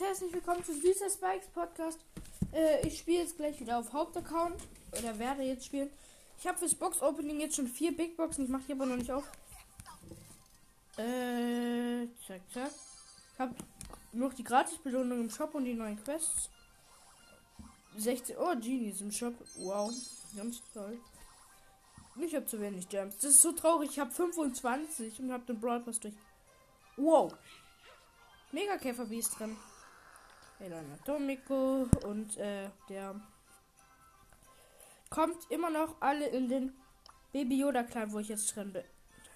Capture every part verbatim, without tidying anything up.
herzlich willkommen zu Süßer Spikes Podcast. Äh, ich spiele jetzt gleich wieder auf Hauptaccount. Oder werde jetzt spielen. Ich habe fürs Box-Opening jetzt schon vier Big Boxen. Ich mache die aber noch nicht auf. Äh, zack, zack. Ich habe noch die Gratis-Belohnung im Shop und die neuen Quests. sechzehn. Oh, Genies im Shop. Wow. Ganz toll. Ich habe zu wenig Gems. Das ist so traurig. Ich habe fünfundzwanzig und habe den Brawl Pass durch. Wow. Mega Käferbiest drin. Elena Atomico und äh, der kommt immer noch alle in den Baby Yoda Clan, wo ich jetzt drin bin.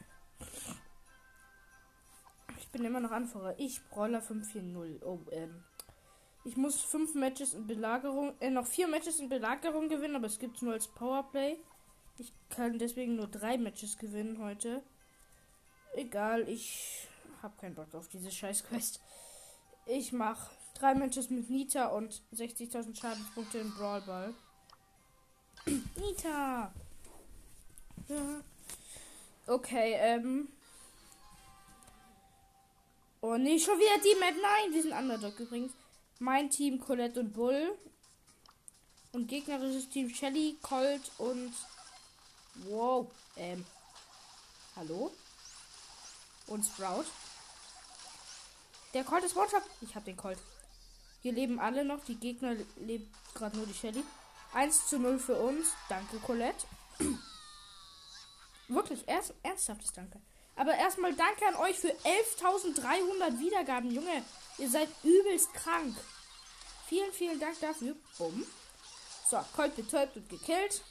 Ich bin immer noch Anführer. Ich Brawler fünf vier null. Oh, ähm. Ich muss fünf Matches in Belagerung, äh, noch vier Matches in Belagerung gewinnen, aber es gibt es nur als Powerplay. Ich kann deswegen nur drei Matches gewinnen heute. Egal, ich hab keinen Bock auf diese Scheiß-Quest. Ich mach drei Matches mit Nita und sechzigtausend Schadenspunkte im Brawl Ball. Nita! Ja. Okay, ähm. Oh nee, schon wieder die Map. Nein, die sind Underdog übrigens. Mein Team Colette und Bull. Und gegnerisches Team Shelly, Colt und. Wow. Ähm. Hallo? Und Sprout. Der Colt ist One-Shot. Ich hab den Colt. Wir leben alle noch. Die Gegner lebt gerade nur die Shelly. eins zu null für uns. Danke, Colette. Wirklich, erst, ernsthaftes Danke. Aber erstmal danke an euch für elftausenddreihundert Wiedergaben, Junge. Ihr seid übelst krank. Vielen, vielen Dank dafür. Bumm. So, Colt betäubt und gekillt.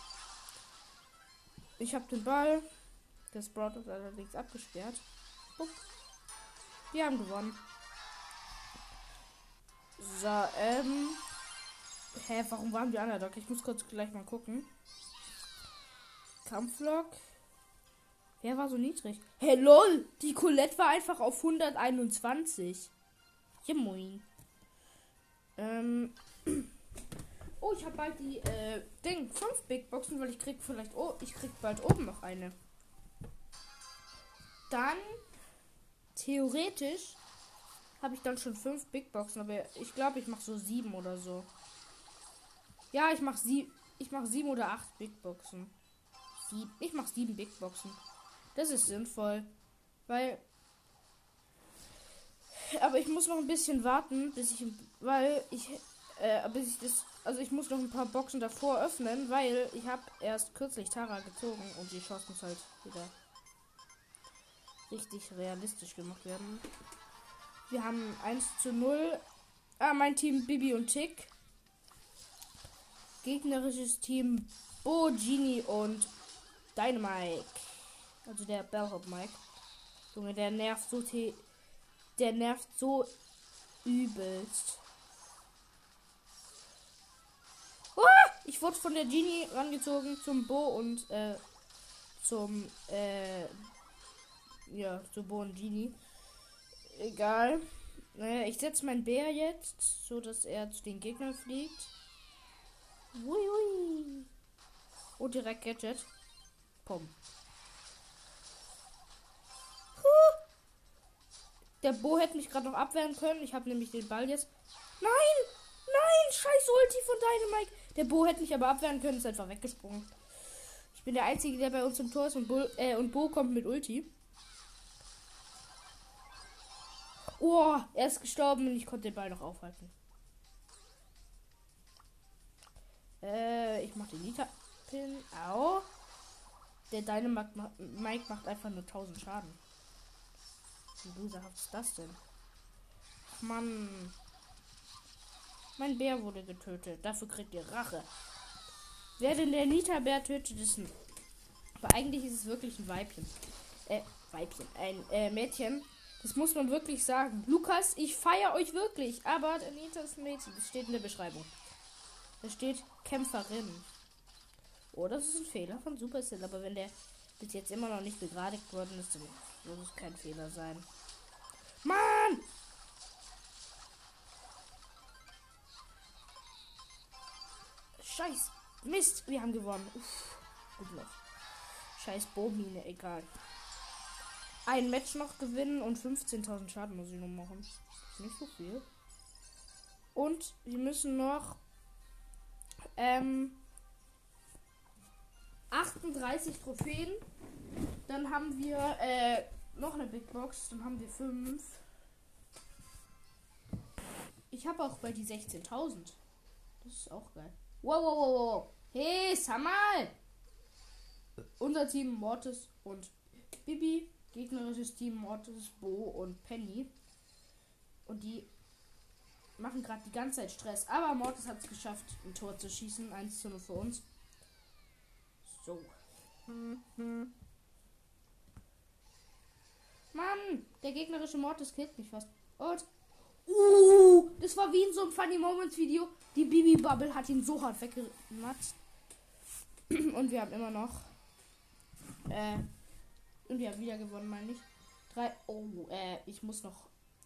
Ich hab den Ball. Das Sprout ist allerdings abgesperrt. Bumm. Wir haben gewonnen. So, ähm. Hä, warum waren wir Underdog? Ich muss kurz gleich mal gucken. Kampflog. Wer war so niedrig? Hey, lol! Die Colette war einfach auf hunderteinundzwanzig. Ja, moin. Ähm. Oh, ich habe bald die, äh, Ding, fünf Big Boxen, weil ich krieg vielleicht, oh, ich krieg bald oben noch eine. Dann, theoretisch, habe ich dann schon fünf Big Boxen, aber ich glaube, ich mache so sieben oder so. Ja, ich mache sie, ich mache sieben oder acht Big Boxen. Sieb, ich mache sieben Big Boxen. Das ist sinnvoll, weil, aber ich muss noch ein bisschen warten, bis ich, weil ich, äh, bis ich das, also ich muss noch ein paar Boxen davor öffnen, weil ich habe erst kürzlich Tara gezogen und die Chancen muss halt wieder richtig realistisch gemacht werden. Wir haben eins zu null. Ah, mein Team Bibi und Tick. Gegnerisches Team Bo, Genie und Dynamike. Also der Bellhop Mike. Junge, der nervt so te der nervt so übelst. Oh, ich wurde von der Genie rangezogen zum Bo und äh, zum äh, ja, zu Bo und Genie. Egal. Äh, ich setze meinen Bär jetzt, so dass er zu den Gegnern fliegt. Hui, hui. Und direkt Gadget. Pum. Huh. Der Bo hätte mich gerade noch abwehren können. Ich habe nämlich den Ball jetzt. Nein! Nein! Scheiß Ulti von Dynamike. Der Bo hätte mich aber abwehren können. Ist einfach weggesprungen. Ich bin der Einzige, der bei uns im Tor ist. Und Bo, äh, und Bo kommt mit Ulti. Oh, er ist gestorben und ich konnte den Ball noch aufhalten. Äh, ich mach den Nita-Pin. Au. Der Dynamite macht, Mike macht einfach nur tausend Schaden. Wie loserhaft ist das denn? Ach, Mann. Mein Bär wurde getötet. Dafür kriegt ihr Rache. Wer denn der Nita-Bär tötet, ist ein... Aber eigentlich ist es wirklich ein Weibchen. Äh, Weibchen. Ein äh, Mädchen. Das muss man wirklich sagen. Lukas, ich feiere euch wirklich. Aber der Nita ist ein Mädchen. Das steht in der Beschreibung. Da steht Kämpferin. Oh, das ist ein Fehler von Supercell. Aber wenn der bis jetzt immer noch nicht begradigt worden ist, dann muss es kein Fehler sein. Mann! Scheiß. Mist. Wir haben gewonnen. Uff, gut noch. Scheiß Bohmine. Egal. Ein Match noch gewinnen und fünfzehntausend Schaden muss ich noch machen. Nicht so viel. Und wir müssen noch ähm, achtunddreißig Trophäen. Dann haben wir äh, noch eine Big Box. Dann haben wir fünf. Ich habe auch bei die sechzehntausend. Das ist auch geil. Wow, wow, wow, wow. Hey, Samal! Unser Team Mortis und Bibi. Gegnerisches Team Mortis, Bo und Penny. Und die machen gerade die ganze Zeit Stress. Aber Mortis hat es geschafft, ein Tor zu schießen. eins zu null für uns. So. Mhm. Mann, der gegnerische Mortis killt mich fast. Und. Uh, das war wie in so einem Funny Moments Video. Die Bibi Bubble hat ihn so hart weggemacht. Und wir haben immer noch. Äh. Und wir haben wieder gewonnen, meine ich. Drei. Oh, äh, ich muss noch.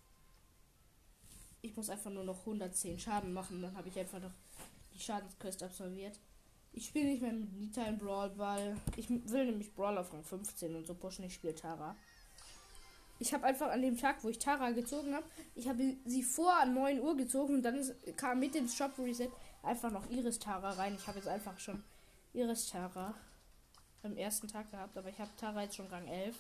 Ich muss einfach nur noch hundertzehn Schaden machen. Dann habe ich einfach noch die Schadensquest absolviert. Ich spiele nicht mehr mit Nita in Brawl, weil ich will nämlich Brawl auf Rang fünfzehn und so pushen. Ich spiele Tara. Ich habe einfach an dem Tag, wo ich Tara gezogen habe, ich habe sie vor neun Uhr gezogen und dann ist, kam mit dem Shop Reset einfach noch Iris Tara rein. Ich habe jetzt einfach schon Iris Tara am ersten Tag gehabt, aber ich habe Tara jetzt schon Rang elf.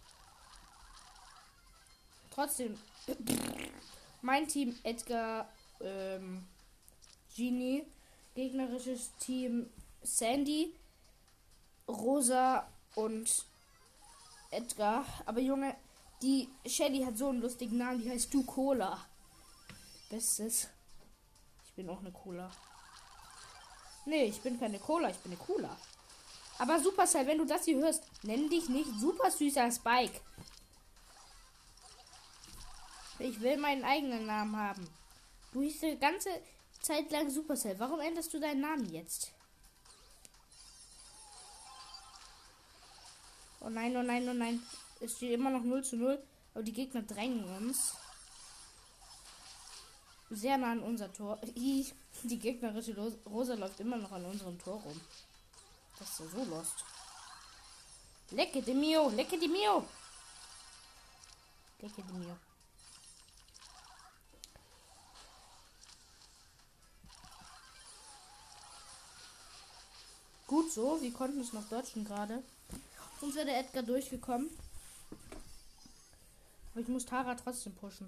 Trotzdem, mein Team Edgar, ähm, Genie, gegnerisches Team Sandy, Rosa und Edgar. Aber Junge, die Shelly hat so einen lustigen Namen, die heißt Du Cola. Bestes. Ich bin auch eine Cola. Nee, ich bin keine Cola, ich bin eine Cola. Aber Supercell, wenn du das hier hörst, nenn dich nicht super süßer Spike. Ich will meinen eigenen Namen haben. Du hieß die ganze Zeit lang Supercell. Warum änderst du deinen Namen jetzt? Oh nein, oh nein, oh nein. Es steht immer noch null zu null. Aber die Gegner drängen uns. Sehr nah an unser Tor. Die gegnerische Rosa läuft immer noch an unserem Tor rum. Das ist ja so lost. Lecke de mio, lecke de mio. Lecke de mio. Gut so, wir konnten es noch dodgen gerade. Sonst wäre der Edgar durchgekommen. Aber ich muss Tara trotzdem pushen.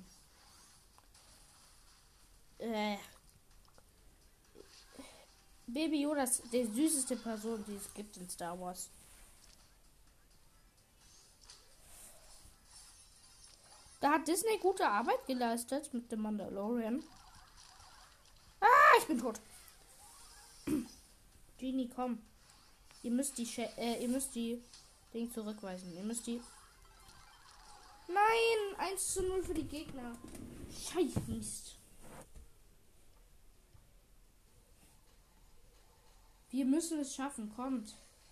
Äh. Baby Yoda ist die süßeste Person, die es gibt in Star Wars. Da hat Disney gute Arbeit geleistet mit dem Mandalorian. Ah, ich bin tot. Genie, komm. Ihr müsst die Sch- äh, ihr müsst die Ding zurückweisen. Ihr müsst die. Nein! eins zu null für die Gegner. Scheiß Mist. Wir müssen es schaffen, kommt.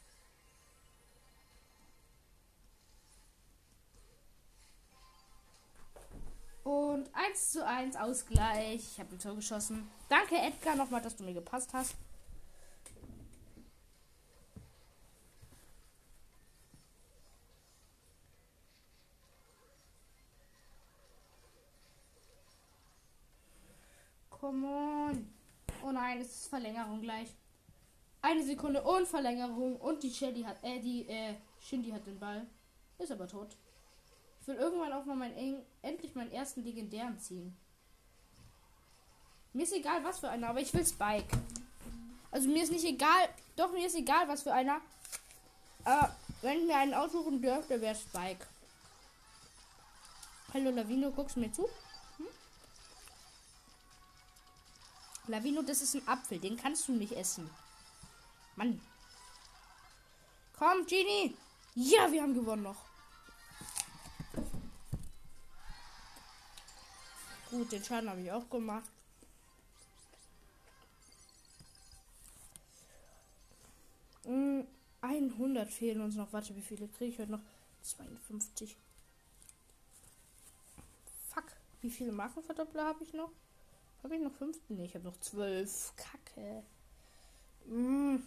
Und eins zu eins Ausgleich. Ich habe ein Tor geschossen. Danke, Edgar, nochmal, dass du mir gepasst hast. Come on. Oh nein, es ist Verlängerung gleich. Eine Sekunde und Verlängerung. Und die Shelly hat, äh, die, äh, Shindy hat den Ball. Ist aber tot. Ich will irgendwann auch mal meinen, endlich meinen ersten legendären ziehen. Mir ist egal, was für einer, aber ich will Spike. Also mir ist nicht egal, doch mir ist egal, was für einer. Aber wenn ich mir einen aussuchen dürfte, wäre Spike. Hallo Lavino, guckst du mir zu? Hm? Lavino, das ist ein Apfel, den kannst du nicht essen. Mann. Komm, Genie. Ja, wir haben gewonnen noch. Gut, den Schaden habe ich auch gemacht. Hm, hundert fehlen uns noch. Warte, wie viele kriege ich heute noch? zweiundfünfzig. Fuck. Wie viele Markenverdoppler habe ich noch? Habe ich noch fünf? Ne, ich habe noch zwölf. Kacke. Mm.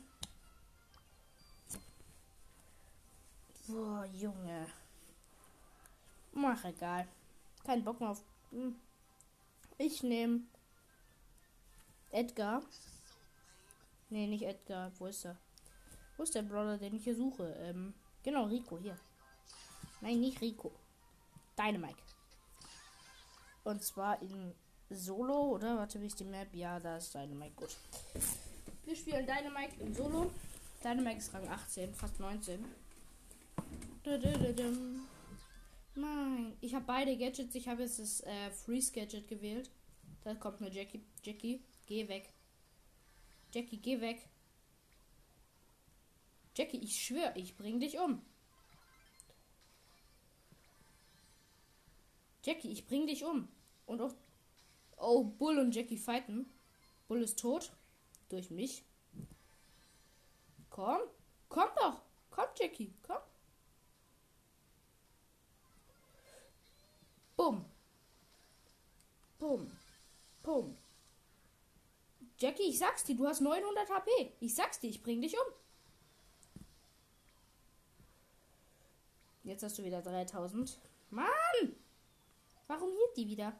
Boah, Junge. Mach egal. Kein Bock mehr auf. Ich nehme Edgar. Nee, nicht Edgar. Wo ist er? Wo ist der Brawler, den ich hier suche? Ähm, genau, Rico, hier. Nein, nicht Rico. Dynamite. Und zwar in Solo, oder? Warte, wie ist die Map? Ja, da ist Dynamite. Gut. Wir spielen Dynamite in Solo. Dynamite ist Rang achtzehn, fast neunzehn. Nein, ich habe beide Gadgets. Ich habe jetzt das äh, Freeze Gadget gewählt. Da kommt eine Jackie. Jackie, geh weg. Jackie, geh weg. Jackie, ich schwöre, ich bring dich um. Jackie, ich bring dich um. Und auch... Oh, Bull und Jackie fighten. Bull ist tot. Durch mich. Komm. Komm doch. Komm, Jackie. Komm. Bumm. Bumm. Bumm. Jackie, ich sag's dir, du hast neunhundert H P. Ich sag's dir, ich bring dich um. Jetzt hast du wieder dreitausend. Mann! Warum hielt die wieder?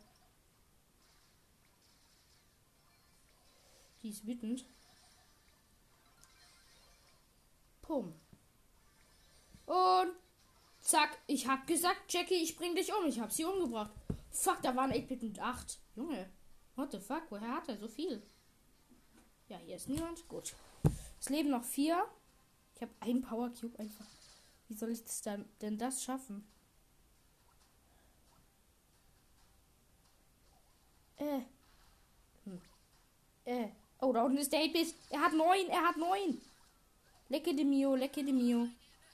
Die ist wütend. Pum. Und zack, ich hab gesagt, Jackie, ich bring dich um. Ich hab sie umgebracht. Fuck, da waren acht Bit und acht. Junge, what the fuck, woher hat er so viel? Ja, hier ist niemand. Gut. Es leben noch vier. Ich habe einen Power Cube einfach. Wie soll ich das dann, denn das schaffen? Äh. Hm. Äh. Oh, da unten ist der acht Bit. Er hat neun. Er hat neun. Lecke de mio, lecke de mio.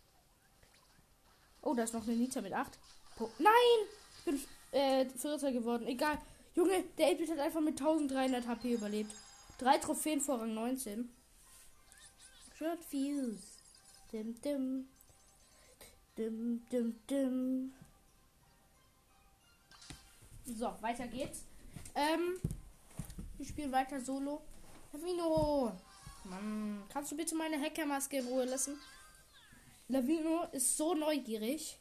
Oh, da ist noch eine Nita mit acht. Po Nein! Ich bin äh, Vierter geworden. Egal. Junge, der acht Bit hat einfach mit dreizehnhundert H P überlebt. Drei Trophäen vor Rang neunzehn. Short Fuse. Dim, dim. Dim, dim, dim. So, weiter geht's. Ähm, wir spielen weiter Solo. Lavino. Mann, kannst du bitte meine Hackermaske in Ruhe lassen? Lavino ist so neugierig.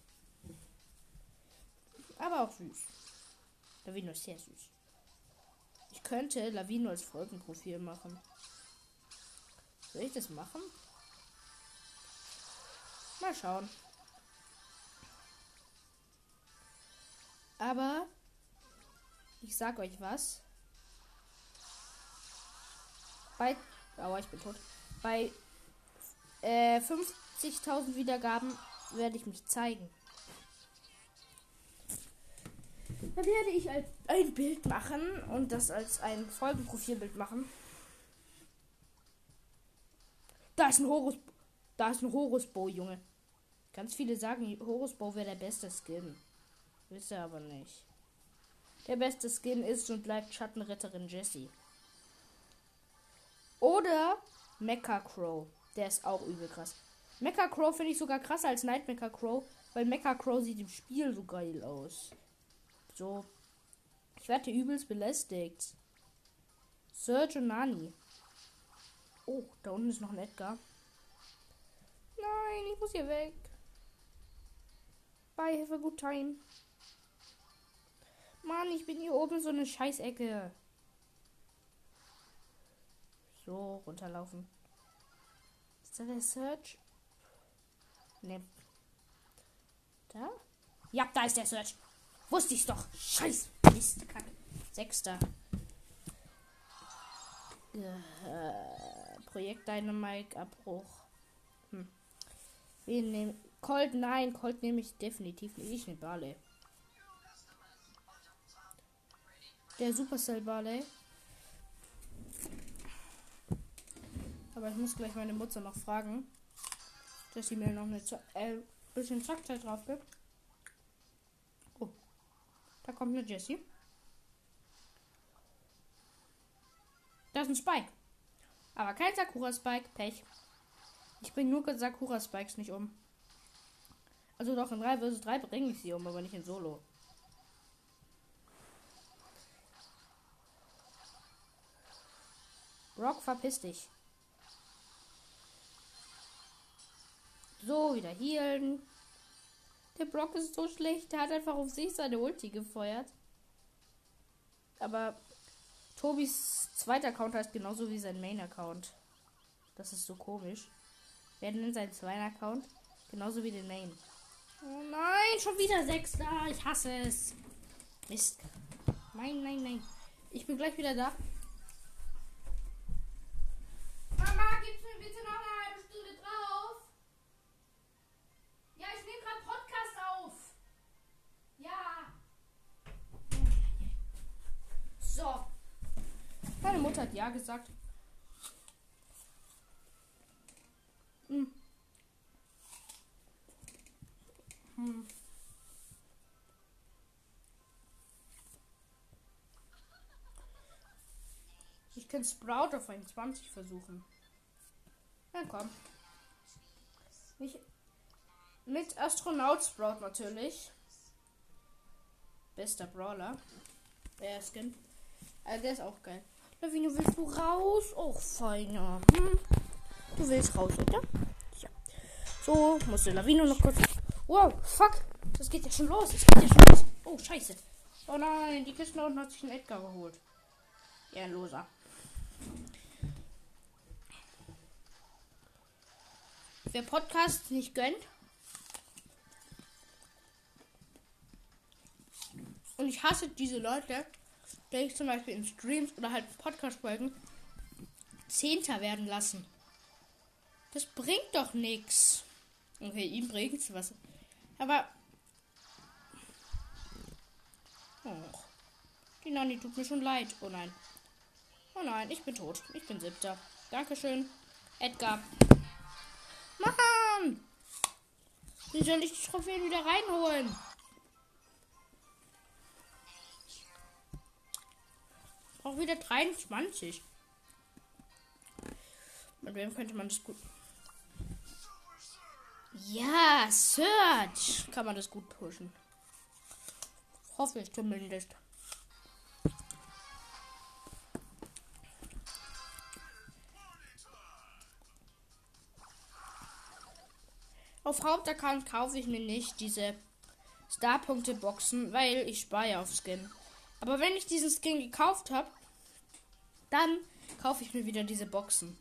Aber auch süß. Lavino ist sehr süß. Ich könnte Lavino als Folgenprofil machen. Soll ich das machen? Mal schauen. Aber ich sag euch was. Bei... Aua, ich bin tot. Bei äh, fünfzigtausend Wiedergaben werde ich mich zeigen. Da werde ich als ein Bild machen und das als ein Folgenprofilbild machen. Da ist ein Horus. Da ist ein Horusbow, Junge. Ganz viele sagen, Horusbow wäre der beste Skin. Wisst ihr aber nicht. Der beste Skin ist und bleibt Schattenretterin Jessie. Oder Mecha Crow. Der ist auch übel krass. Mecha Crow finde ich sogar krasser als Nightmare Crow, weil Mecha Crow sieht im Spiel so geil aus. So. Ich werde übelst belästigt. Serge und Nani. Oh, da unten ist noch ein Edgar. Nein, ich muss hier weg. Bye, have a good time. Mann, ich bin hier oben so eine Scheißecke. So, runterlaufen. Ist da der Search? Ne. Da? Ja, da ist der Search. Wusste ich's doch. Scheiß Mist, Kacke. Sechster. Äh, Projekt Dynamite Abbruch. Hm. Wen nehmen? Colt, nein, Colt nehme ich definitiv nicht. Ich nehme Barley. Der Supercell Barley. Aber ich muss gleich meine Mutter noch fragen, dass sie mir noch eine Z äh, bisschen Zackzeit drauf gibt. Oh, da kommt eine Jessie. Da ist ein Spike. Aber kein Sakura Spike. Pech. Ich bringe nur Sakura Spikes nicht um. Also doch in drei versus drei bringe ich sie um, aber nicht in Solo. Brock, verpiss dich. So, wieder healen. Der Brock ist so schlecht. Der hat einfach auf sich seine Ulti gefeuert. Aber Tobis zweiter Account heißt genauso wie sein Main-Account. Das ist so komisch. Wir nennen seinen zweiten Account genauso wie den Main. Oh nein, schon wieder Sechster. Ich hasse es. Mist. Nein, nein, nein. Ich bin gleich wieder da. Mama, gib's mir bitte noch eine halbe Stunde drauf? Ja, ich nehme gerade Podcast auf. Ja. So. Meine Mutter hat ja gesagt. Hm. Hm. Ich kann Sprout auf einundzwanzig versuchen. Na komm. Nicht mit Astronaut Sprout natürlich. Bester Brawler. Der Skin. Also der ist auch geil. Lavino, willst du raus? Och, feiner. Hm. Du willst raus, oder? Ja. So, muss der Lavino noch kurz. Wow, fuck. Das geht ja schon los. Es geht ja schon los. Oh, scheiße. Oh nein, die Kiste da unten hat sich einen Edgar geholt. Ja, ein Loser. Wer Podcast nicht gönnt und ich hasse diese Leute, die ich zum Beispiel in Streams oder halt Podcast-Folgen Zehnter werden lassen. Das bringt doch nichts. Okay, ihm bringt's was. Aber oh, die Nani tut mir schon leid. Oh nein. Oh nein, ich bin tot. Ich bin siebter. Dankeschön. Edgar. Mann! Wie soll ich die Trophäen wieder reinholen? Auch wieder dreiundzwanzig. Mit wem könnte man das gut... Ja, Search! Kann man das gut pushen. Hoffe ich zumindest. Auf Hauptaccount kaufe ich mir nicht diese Star-Punkte-Boxen, weil ich spare auf Skin. Aber wenn ich diesen Skin gekauft habe, dann kaufe ich mir wieder diese Boxen.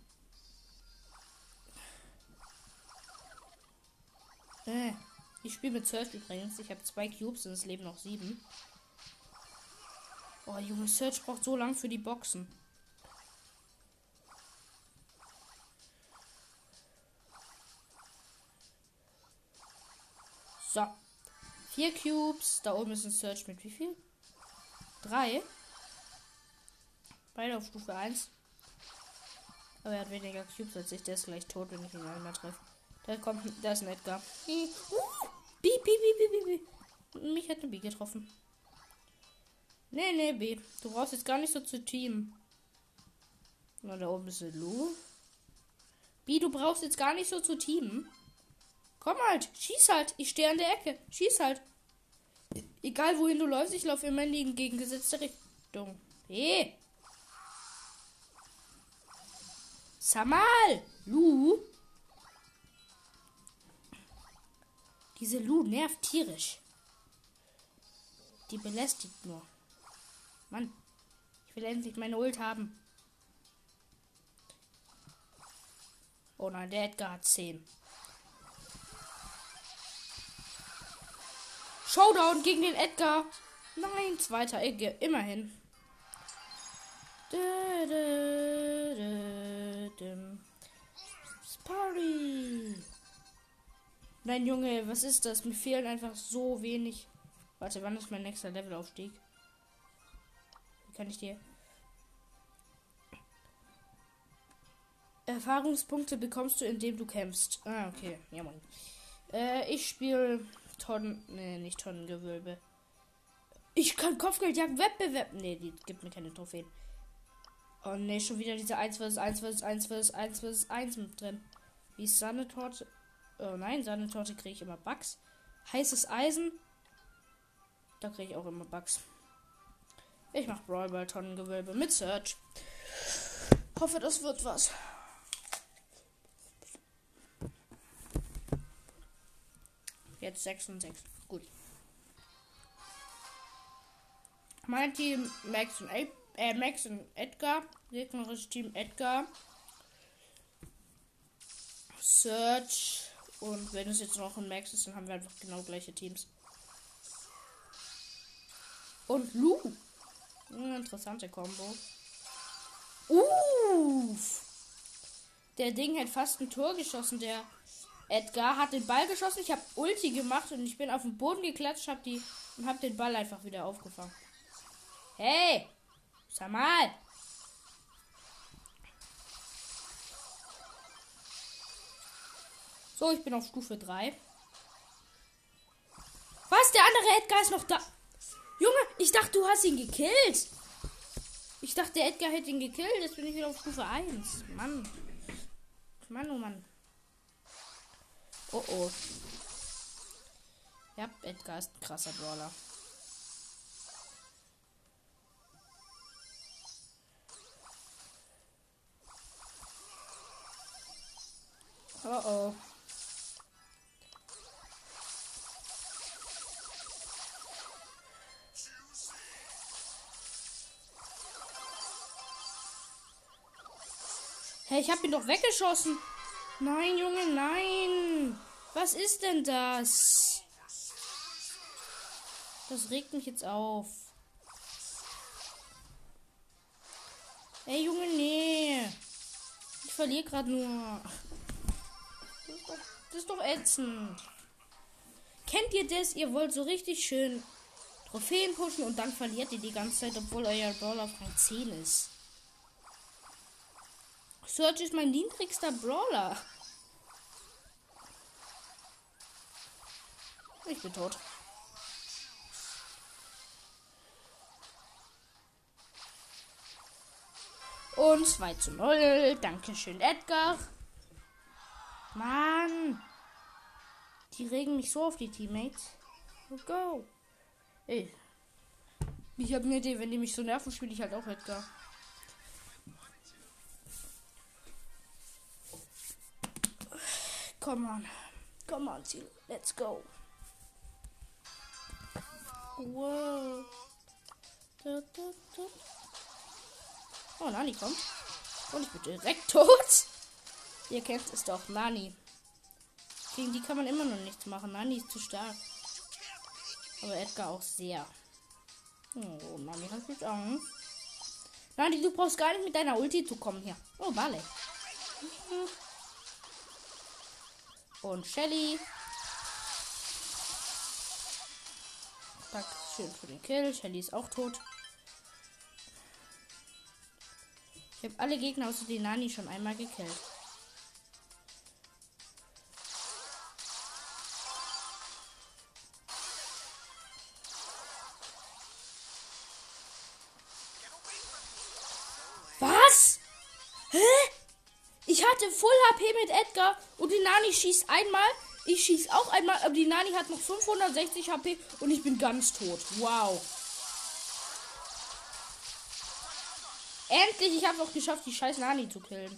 Äh, ich spiele mit Search übrigens. Ich habe zwei Cubes und es leben noch sieben. Oh, Junge, Search braucht so lang für die Boxen. So. Vier Cubes. Da oben ist ein Search mit wie viel? Drei. Beide auf Stufe eins. Aber er hat weniger Cubes als ich. Der ist gleich tot, wenn ich ihn einmal treffe. Da kommt, da ist ein Edgar. Bi, bi, bi, bi, bi, bi. Mich hat eine B getroffen. Nee, nee, B. Du brauchst jetzt gar nicht so zu teamen. Na, da oben ist eine Lu. B, du brauchst jetzt gar nicht so zu teamen. Komm halt, schieß halt. Ich stehe an der Ecke. Schieß halt. Egal wohin du läufst, ich laufe immer in die entgegengesetzte Richtung. Hey. Samal. Lu. Diese Lu nervt tierisch. Die belästigt nur. Mann. Ich will endlich meine Ult haben. Oh nein, der Edgar hat zehn. Showdown gegen den Edgar. Nein, zweiter Edgar. Immerhin. Party. Nein, Junge, was ist das? Mir fehlen einfach so wenig. Warte, wann ist mein nächster Levelaufstieg? Wie kann ich dir... Erfahrungspunkte bekommst du, indem du kämpfst. Ah, okay. Ja, Mann. Äh, ich spiele Tonnen... Nee, nicht Tonnengewölbe. Ich kann Kopfgeldjagd Wettbewerb... Nee, die gibt mir keine Trophäen. Oh, nee, schon wieder diese eins versus eins versus eins versus eins versus eins mit drin. Wie ist Sahnetorte? Oh nein, Sahnetorte kriege ich immer Bugs. Heißes Eisen. Da kriege ich auch immer Bugs. Ich mache Brawl Ball Tonnengewölbe mit Search. Hoffe, das wird was. Jetzt sechs und sechs. Gut. Mein Team Max und Äh, Max und Edgar. Gegnerisches Team Edgar. Search. Und wenn es jetzt noch ein Max ist, dann haben wir einfach genau gleiche Teams. Und Lu. Hm, interessante Kombo. Uff. Der Ding hat fast ein Tor geschossen. Der Edgar hat den Ball geschossen. Ich habe Ulti gemacht und ich bin auf den Boden geklatscht hab die, und habe den Ball einfach wieder aufgefangen. Hey. Sag mal. So, ich bin auf Stufe drei. Was? Der andere Edgar ist noch da. Junge, ich dachte, du hast ihn gekillt. Ich dachte, der Edgar hätte ihn gekillt. Jetzt bin ich wieder auf Stufe eins. Mann. Mann, oh Mann. Oh oh. Ja, Edgar ist ein krasser Brawler. Oh oh. Hey, ich hab ihn doch weggeschossen. Nein, Junge, nein. Was ist denn das? Das regt mich jetzt auf. Hey, Junge, nee. Ich verliere gerade nur. Das ist, doch, das ist doch ätzend. Kennt ihr das? Ihr wollt so richtig schön Trophäen pushen und dann verliert ihr die ganze Zeit, obwohl euer Brawler auf Rang zehn ist. Search ist mein niedrigster Brawler. Ich bin tot. Und zwei zu null. Dankeschön, Edgar. Mann. Die regen mich so auf, die Teammates. Let's go. Ey. Ich habe eine Idee, wenn die mich so nerven, spiele ich halt auch Edgar. Come on. Come on, Ziel. Let's go. Wow. Da, da, da. Oh, Nani kommt. Und ich bin direkt tot. Ihr kennt es doch, Nani. Gegen die kann man immer noch nichts machen. Nani ist zu stark. Aber Edgar auch sehr. Oh, Nani hat jetzt Angst. Nani, du brauchst gar nicht mit deiner Ulti zu kommen hier. Oh, Barley. Mhm. Und Shelly. Dankeschön für den Kill. Shelly ist auch tot. Ich habe alle Gegner außer den Nani schon einmal gekillt. Was? Hä? Ich hatte Full H P mit Edgar und die Nani schießt einmal. Ich schieß auch einmal, aber die Nani hat noch fünfhundertsechzig H P und ich bin ganz tot. Wow. Endlich, ich habe auch geschafft, die scheiß Nani zu killen.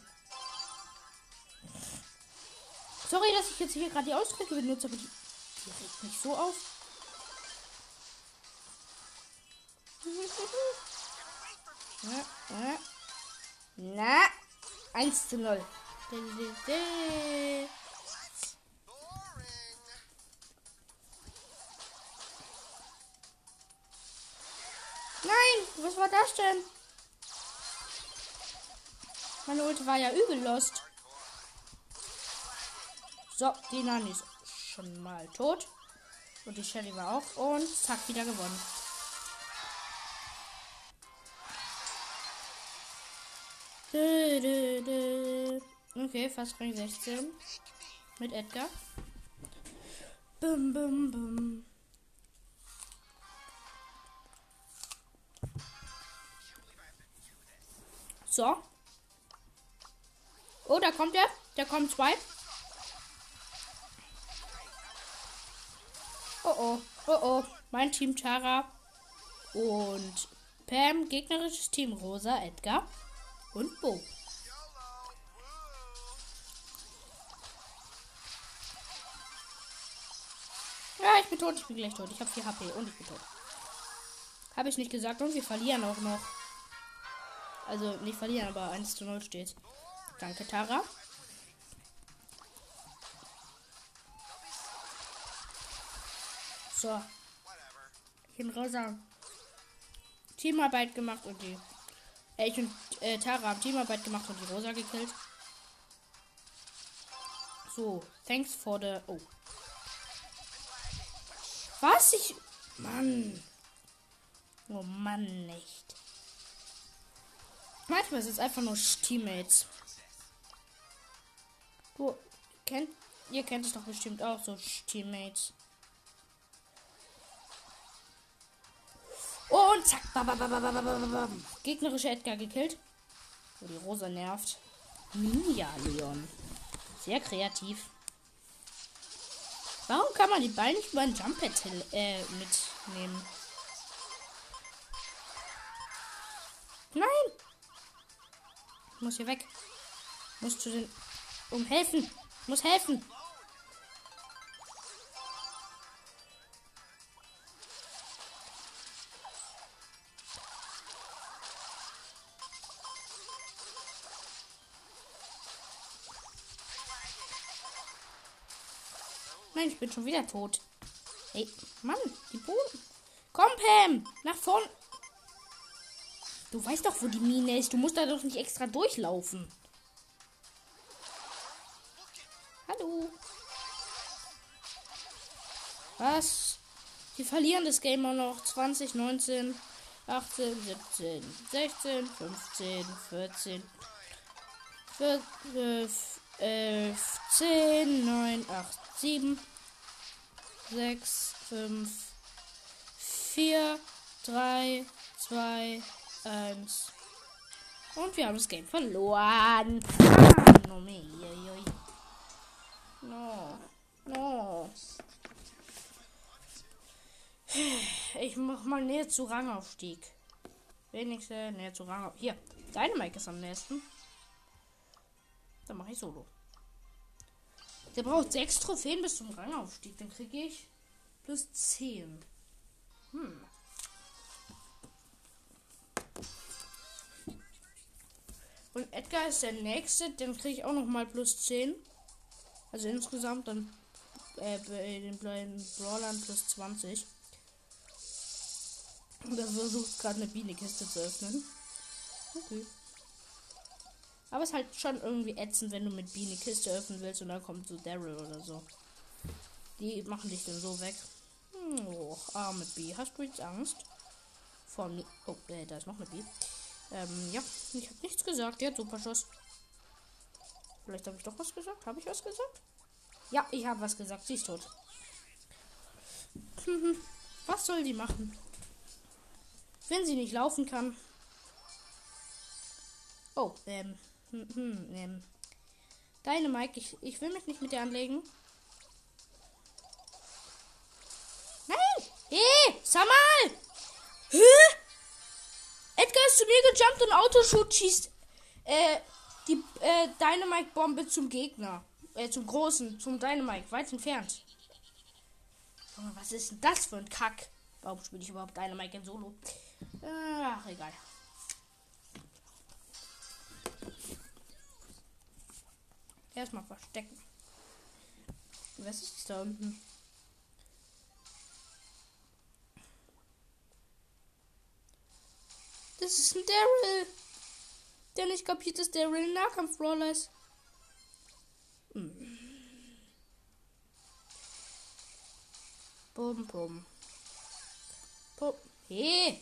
Sorry, dass ich jetzt hier gerade die Ausdrücke benutze, aber die, die regt mich so auf. Na, na, na. eins zu null. Nein, was war das denn? Meine Ulti war ja übel lost. So, die Nani ist schon mal tot. Und die Shelly war auch. Und zack, wieder gewonnen. Dö, dö, dö. Okay, fast Rang sechzehn. Mit Edgar. Bum, bum, bum. So. Oh, da kommt er. Da kommen zwei. Oh oh. Oh oh. Mein Team Tara und Pam. Gegnerisches Team Rosa, Edgar und Bo. Ja, ich bin tot. Ich bin gleich tot. Ich habe vier H P und ich bin tot. Habe ich nicht gesagt. Und wir verlieren auch noch. Also nicht verlieren, aber eins zu null steht. Danke, Tara. So. Ich in Rosa Teamarbeit gemacht und die. Äh, ich und äh, Tara haben Teamarbeit gemacht und die Rosa gekillt. So, thanks for the. Oh. Was? Ich. Mann. Oh Mann, nicht. Manchmal ist es einfach nur Teammates. Du kennt. Ihr kennt es doch bestimmt auch, so Teammates. Und zack. Bababababababam. Gegnerische Edgar gekillt. Oh, die Rosa nervt. Ninja Leon. Sehr kreativ. Warum kann man die Ball nicht über ein Jump Pad äh, mitnehmen? Nein! Ich muss hier weg. Muss zu den. Um helfen. Muss helfen. Nein, ich bin schon wieder tot. Hey, Mann, die Boden. Komm, Pam, nach vorn. Du weißt doch, wo die Mine ist. Du musst da doch nicht extra durchlaufen. Hallo. Was? Wir verlieren das Game auch noch. zwanzig, neunzehn, achtzehn, siebzehn, sechzehn, fünfzehn, vierzehn, zwölf, elf, zehn, neun, acht, sieben, sechs, fünf, vier, drei, zwei, eins. Und wir haben das Game verloren. Ah, no, me, no, no. Ich mach mal näher zu Rangaufstieg. Wenigstens näher zu Rangaufstieg. Hier, deine Mike ist am nächsten. Dann mache ich Solo. Der braucht sechs Trophäen bis zum Rangaufstieg. Dann kriege ich plus zehn. Hm. Und Edgar ist der nächste. Dann kriege ich auch noch mal plus zehn. Also insgesamt dann äh, bei den kleinen Brawlern plus zwanzig. Und er versucht gerade eine Bienenkiste zu öffnen. Okay. Aber es ist halt schon irgendwie ätzend, wenn du mit Biene Kiste öffnen willst und dann kommt so Daryl oder so. Die machen dich dann so weg. Oh, arme B. Hast du jetzt Angst? Vor mir. Oh, äh, da ist noch eine B. Ähm, ja. Ich habe nichts gesagt. Der hat Superschuss. Vielleicht habe ich doch was gesagt. Habe ich was gesagt? Ja, ich habe was gesagt. Sie ist tot. Was soll die machen? Wenn sie nicht laufen kann. Oh, ähm. Hm, hm, ähm. Deine Mike, ich, ich will mich nicht mit dir anlegen. Nein! Hey, sag mal! Hä? Edgar ist zu mir gejumpt und Autoshoot schießt äh, die äh, Dynamite-Bombe zum Gegner. Äh, zum großen, zum Dynamite, weit entfernt. Junge, was ist denn das für ein Kack? Warum spiele ich überhaupt Dynamite in Solo? Ach, egal. Erstmal verstecken. Was ist da unten? Das ist ein Daryl. Der nicht kapiert, dass Daryl ein Nahkampf-Brawler ist. Hm. Bum, bum. Bum. Hey!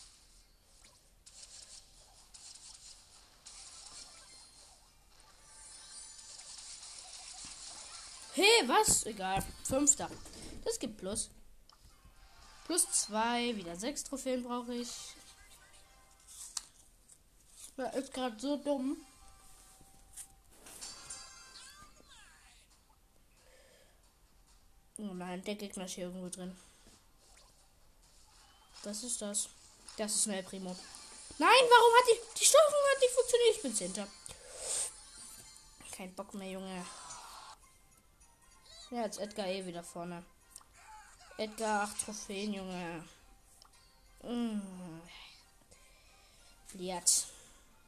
Hey, was? Egal. Fünfter. Das gibt Plus. Plus zwei. Wieder sechs Trophäen brauche ich. Das ist gerade so dumm. Oh nein, der Gegner ist hier irgendwo drin. Was ist das? Das ist ein El Primo. Nein, warum hat die... Die Steuerung hat nicht funktioniert. Ich bin Zehnter. Kein Bock mehr, Junge. Ja, jetzt Edgar eh wieder vorne. Edgar, acht Trophäen, Junge. Mmh. Liat.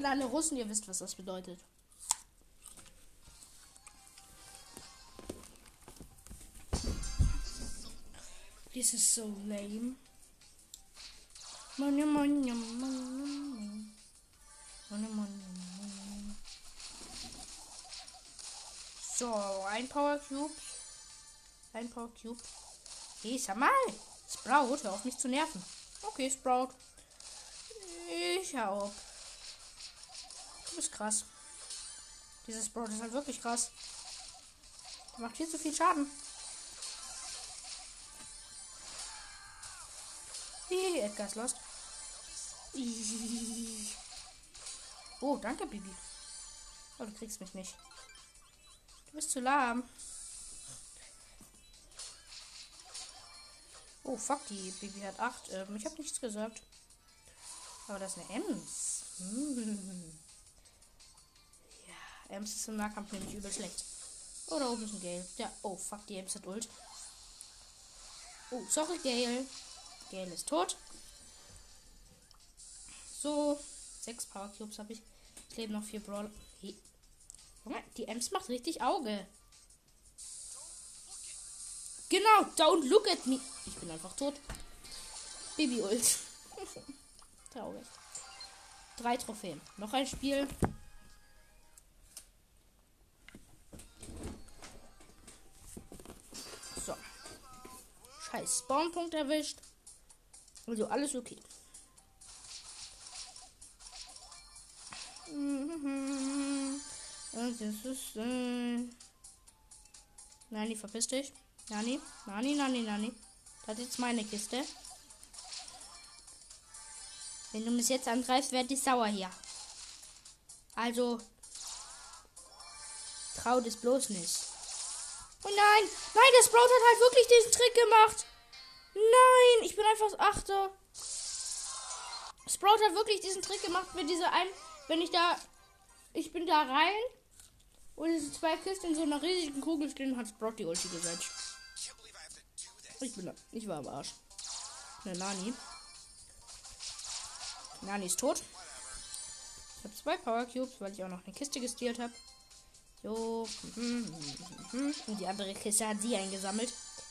an alle Russen, ihr wisst, was das bedeutet. This is so lame. Money, money, money, money, money. So, ein Power Cube. Ein Power Cube. Hey, sag mal. Sprout, hör auf mich zu nerven. Okay, Sprout. Ich hau ab. Du bist krass. Dieser Sprout ist halt wirklich krass. Der macht viel zu viel Schaden. Hihi, Edgar ist lost. Oh, danke, Bibi. Oh, du kriegst mich nicht. Du bist zu lahm. Oh, fuck, die Bibi hat acht. Ähm, ich habe nichts gesagt. Aber das ist eine Ems. Hm. Ja, Ems ist im Nahkampf nämlich übel schlecht. Oh, da oben ist ein Gale. Ja, oh, fuck, die Ems hat Ult. Oh, sorry, Gale. Gale ist tot. So, sechs Power Cubes habe ich. Es leben noch vier Brawler. Hey. Die Ems macht richtig Auge. Genau, don't look at me. Ich bin einfach tot. Baby Ult. Traurig. Drei Trophäen. Noch ein Spiel. So. Scheiß Spawnpunkt erwischt. Also alles okay. Das ist, äh Nani, verpiss dich. Nani, Nani, Nani, Nani. Das ist jetzt meine Kiste. Wenn du mich jetzt angreifst, werde ich sauer hier. Also, trau das bloß nicht. Oh nein, nein, der Sprout hat halt wirklich diesen Trick gemacht. Nein, ich bin einfach Achter. Sprout hat wirklich diesen Trick gemacht mit dieser ein, wenn ich da, ich bin da rein und diese zwei Kisten in so einer riesigen Kugel stehen, hat Sprout die Ulti gesetzt. Ich bin da, ich war am Arsch. Ne, Nani. Nani ist tot. Ich habe zwei Power Cubes, weil ich auch noch eine Kiste gestealt habe. So. Und die andere Kiste hat sie eingesammelt.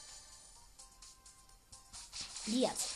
Jetzt.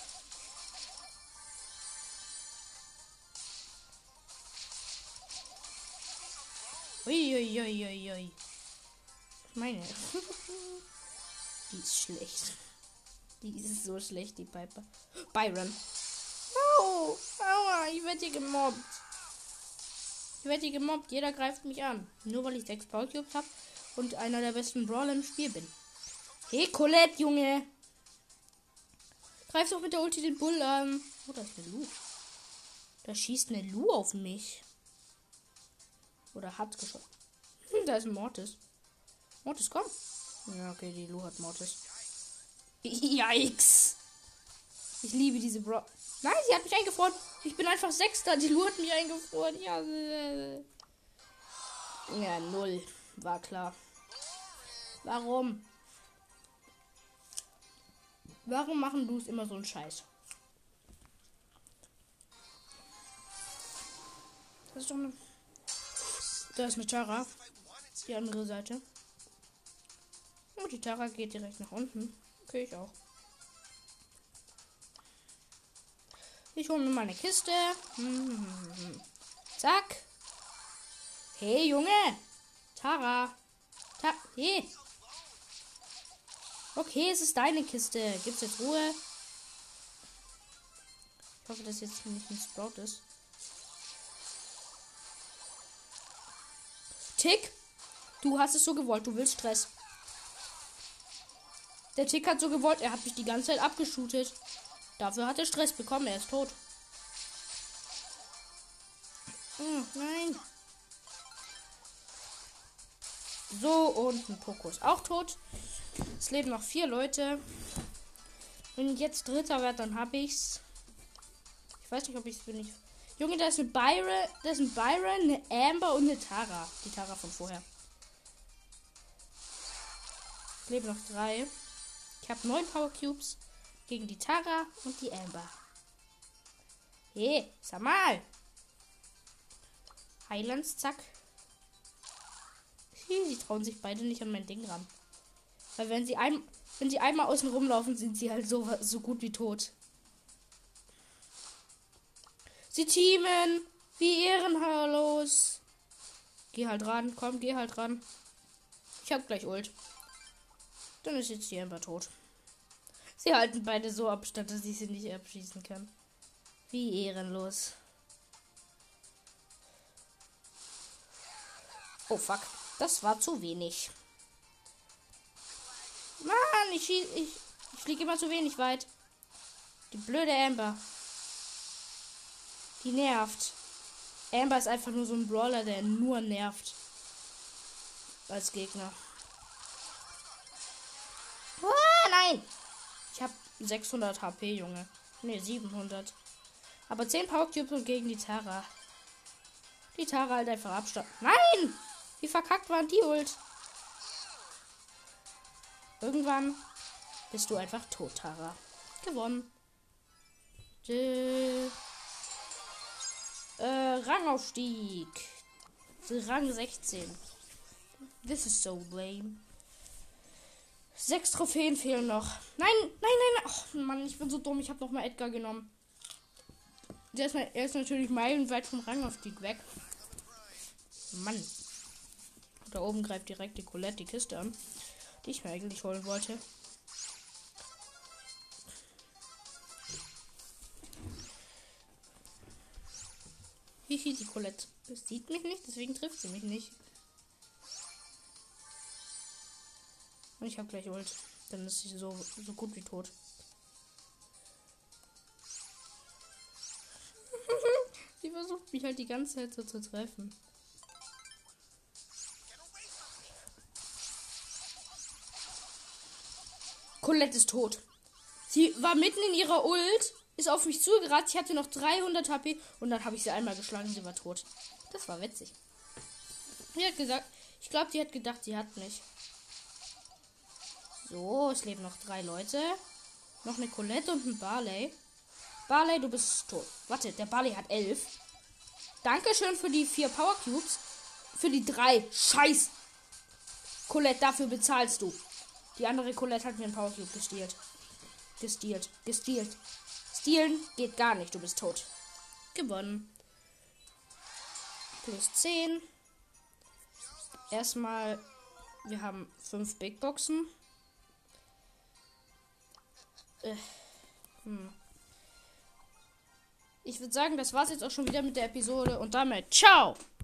Uiuiuiui. Meine. Die ist schlecht. Die ist so schlecht, die Piper. Byron. Oh, aua, ich werde hier gemobbt. Ich werde hier gemobbt. Jeder greift mich an. Nur weil ich sechs Power Cubes habe und einer der besten Brawler im Spiel bin. Hey, Colette, Junge. Greif doch mit der Ulti den Bull an. Oh, da ist eine Lu. Da schießt eine Lu auf mich. Oder hat geschossen. Hm, da ist ein Mortis. Mortis, komm. Ja, okay, die Lu hat Mortis. Yikes. Ich liebe diese Bro. Nein, sie hat mich eingefroren. Ich bin einfach Sechster. Die Lu hat mich eingefroren. Ja, ja, null. War klar. Warum? Warum machen du es immer so einen Scheiß? Das ist doch eine... Da ist eine Tara. Die andere Seite. Und die Tara geht direkt nach unten. Okay, ich auch. Ich hole mir meine Kiste. Hm. Zack. Hey, Junge. Tara. Ta hey. Okay, es ist deine Kiste. Gibt's jetzt Ruhe? Ich hoffe, dass jetzt nicht ein Sprout ist. Tick, du hast es so gewollt. Du willst Stress. Der Tick hat so gewollt. Er hat mich die ganze Zeit abgeschootet. Dafür hat er Stress bekommen. Er ist tot. Oh, nein. So, und ein Poco ist auch tot. Es leben noch vier Leute. Wenn ich jetzt Dritter werde, dann habe ich's. Ich weiß nicht, ob ich es bin. Ich... Junge, da ist ein Byron, da ist ein Byron, eine Amber und eine Tara. Die Tara von vorher. Es leben noch drei. Ich habe neun Power Cubes gegen die Tara und die Amber. Hey, sag mal. Highlands, zack. Die trauen sich beide nicht an mein Ding ran. Weil wenn sie, ein, wenn sie einmal außen rumlaufen, sind sie halt so, so gut wie tot. Sie teamen. Wie ehrenlos. Geh halt ran. Komm, geh halt ran. Ich hab gleich Ult. Dann ist jetzt die Amber tot. Sie halten beide so Abstand, dass ich sie nicht abschießen kann. Wie ehrenlos. Oh fuck. Das war zu wenig. Mann, ich, schieß, ich, ich fliege immer zu wenig weit. Die blöde Amber. Die nervt. Amber ist einfach nur so ein Brawler, der nur nervt. Als Gegner. Ah, nein! Ich habe sechshundert H P, Junge. Ne, siebenhundert. Aber zehn Power Cubes und gegen die Tara. Die Tara halt einfach Abstand. Nein! Wie verkackt waren die Ult? Irgendwann bist du einfach tot, Tara. Gewonnen. Äh, Rangaufstieg. Rang sechzehn. This is so lame. Sechs Trophäen fehlen noch. Nein, nein, nein. Ach Mann, ich bin so dumm. Ich habe noch mal Edgar genommen. Der ist, er ist natürlich meilenweit vom Rangaufstieg weg. Mann. Da oben greift direkt die Colette die Kiste an, die ich mir eigentlich holen wollte. Hihi, die Colette sieht mich nicht, deswegen trifft sie mich nicht. Und ich habe gleich Ult. Dann ist sie so, so gut wie tot. Sie versucht mich halt die ganze Zeit so zu treffen. Colette ist tot. Sie war mitten in ihrer Ult, ist auf mich zugerannt. Ich hatte noch dreihundert H P und dann habe ich sie einmal geschlagen. Sie war tot. Das war witzig. Sie hat gesagt, ich glaube, sie hat gedacht, sie hat mich. So, es leben noch drei Leute. Noch eine Colette und ein Barley. Barley, du bist tot. Warte, der Barley hat elf. Dankeschön für die vier Power Cubes. Für die drei. Scheiß. Colette, dafür bezahlst du. Die andere Colette hat mir einen Power Cube gestealt. Gestealt. Gestealt. Stehlen geht gar nicht. Du bist tot. Gewonnen. Plus zehn. Erstmal, wir haben fünf Big Boxen. Äh, hm. Ich würde sagen, das war's jetzt auch schon wieder mit der Episode und damit ciao!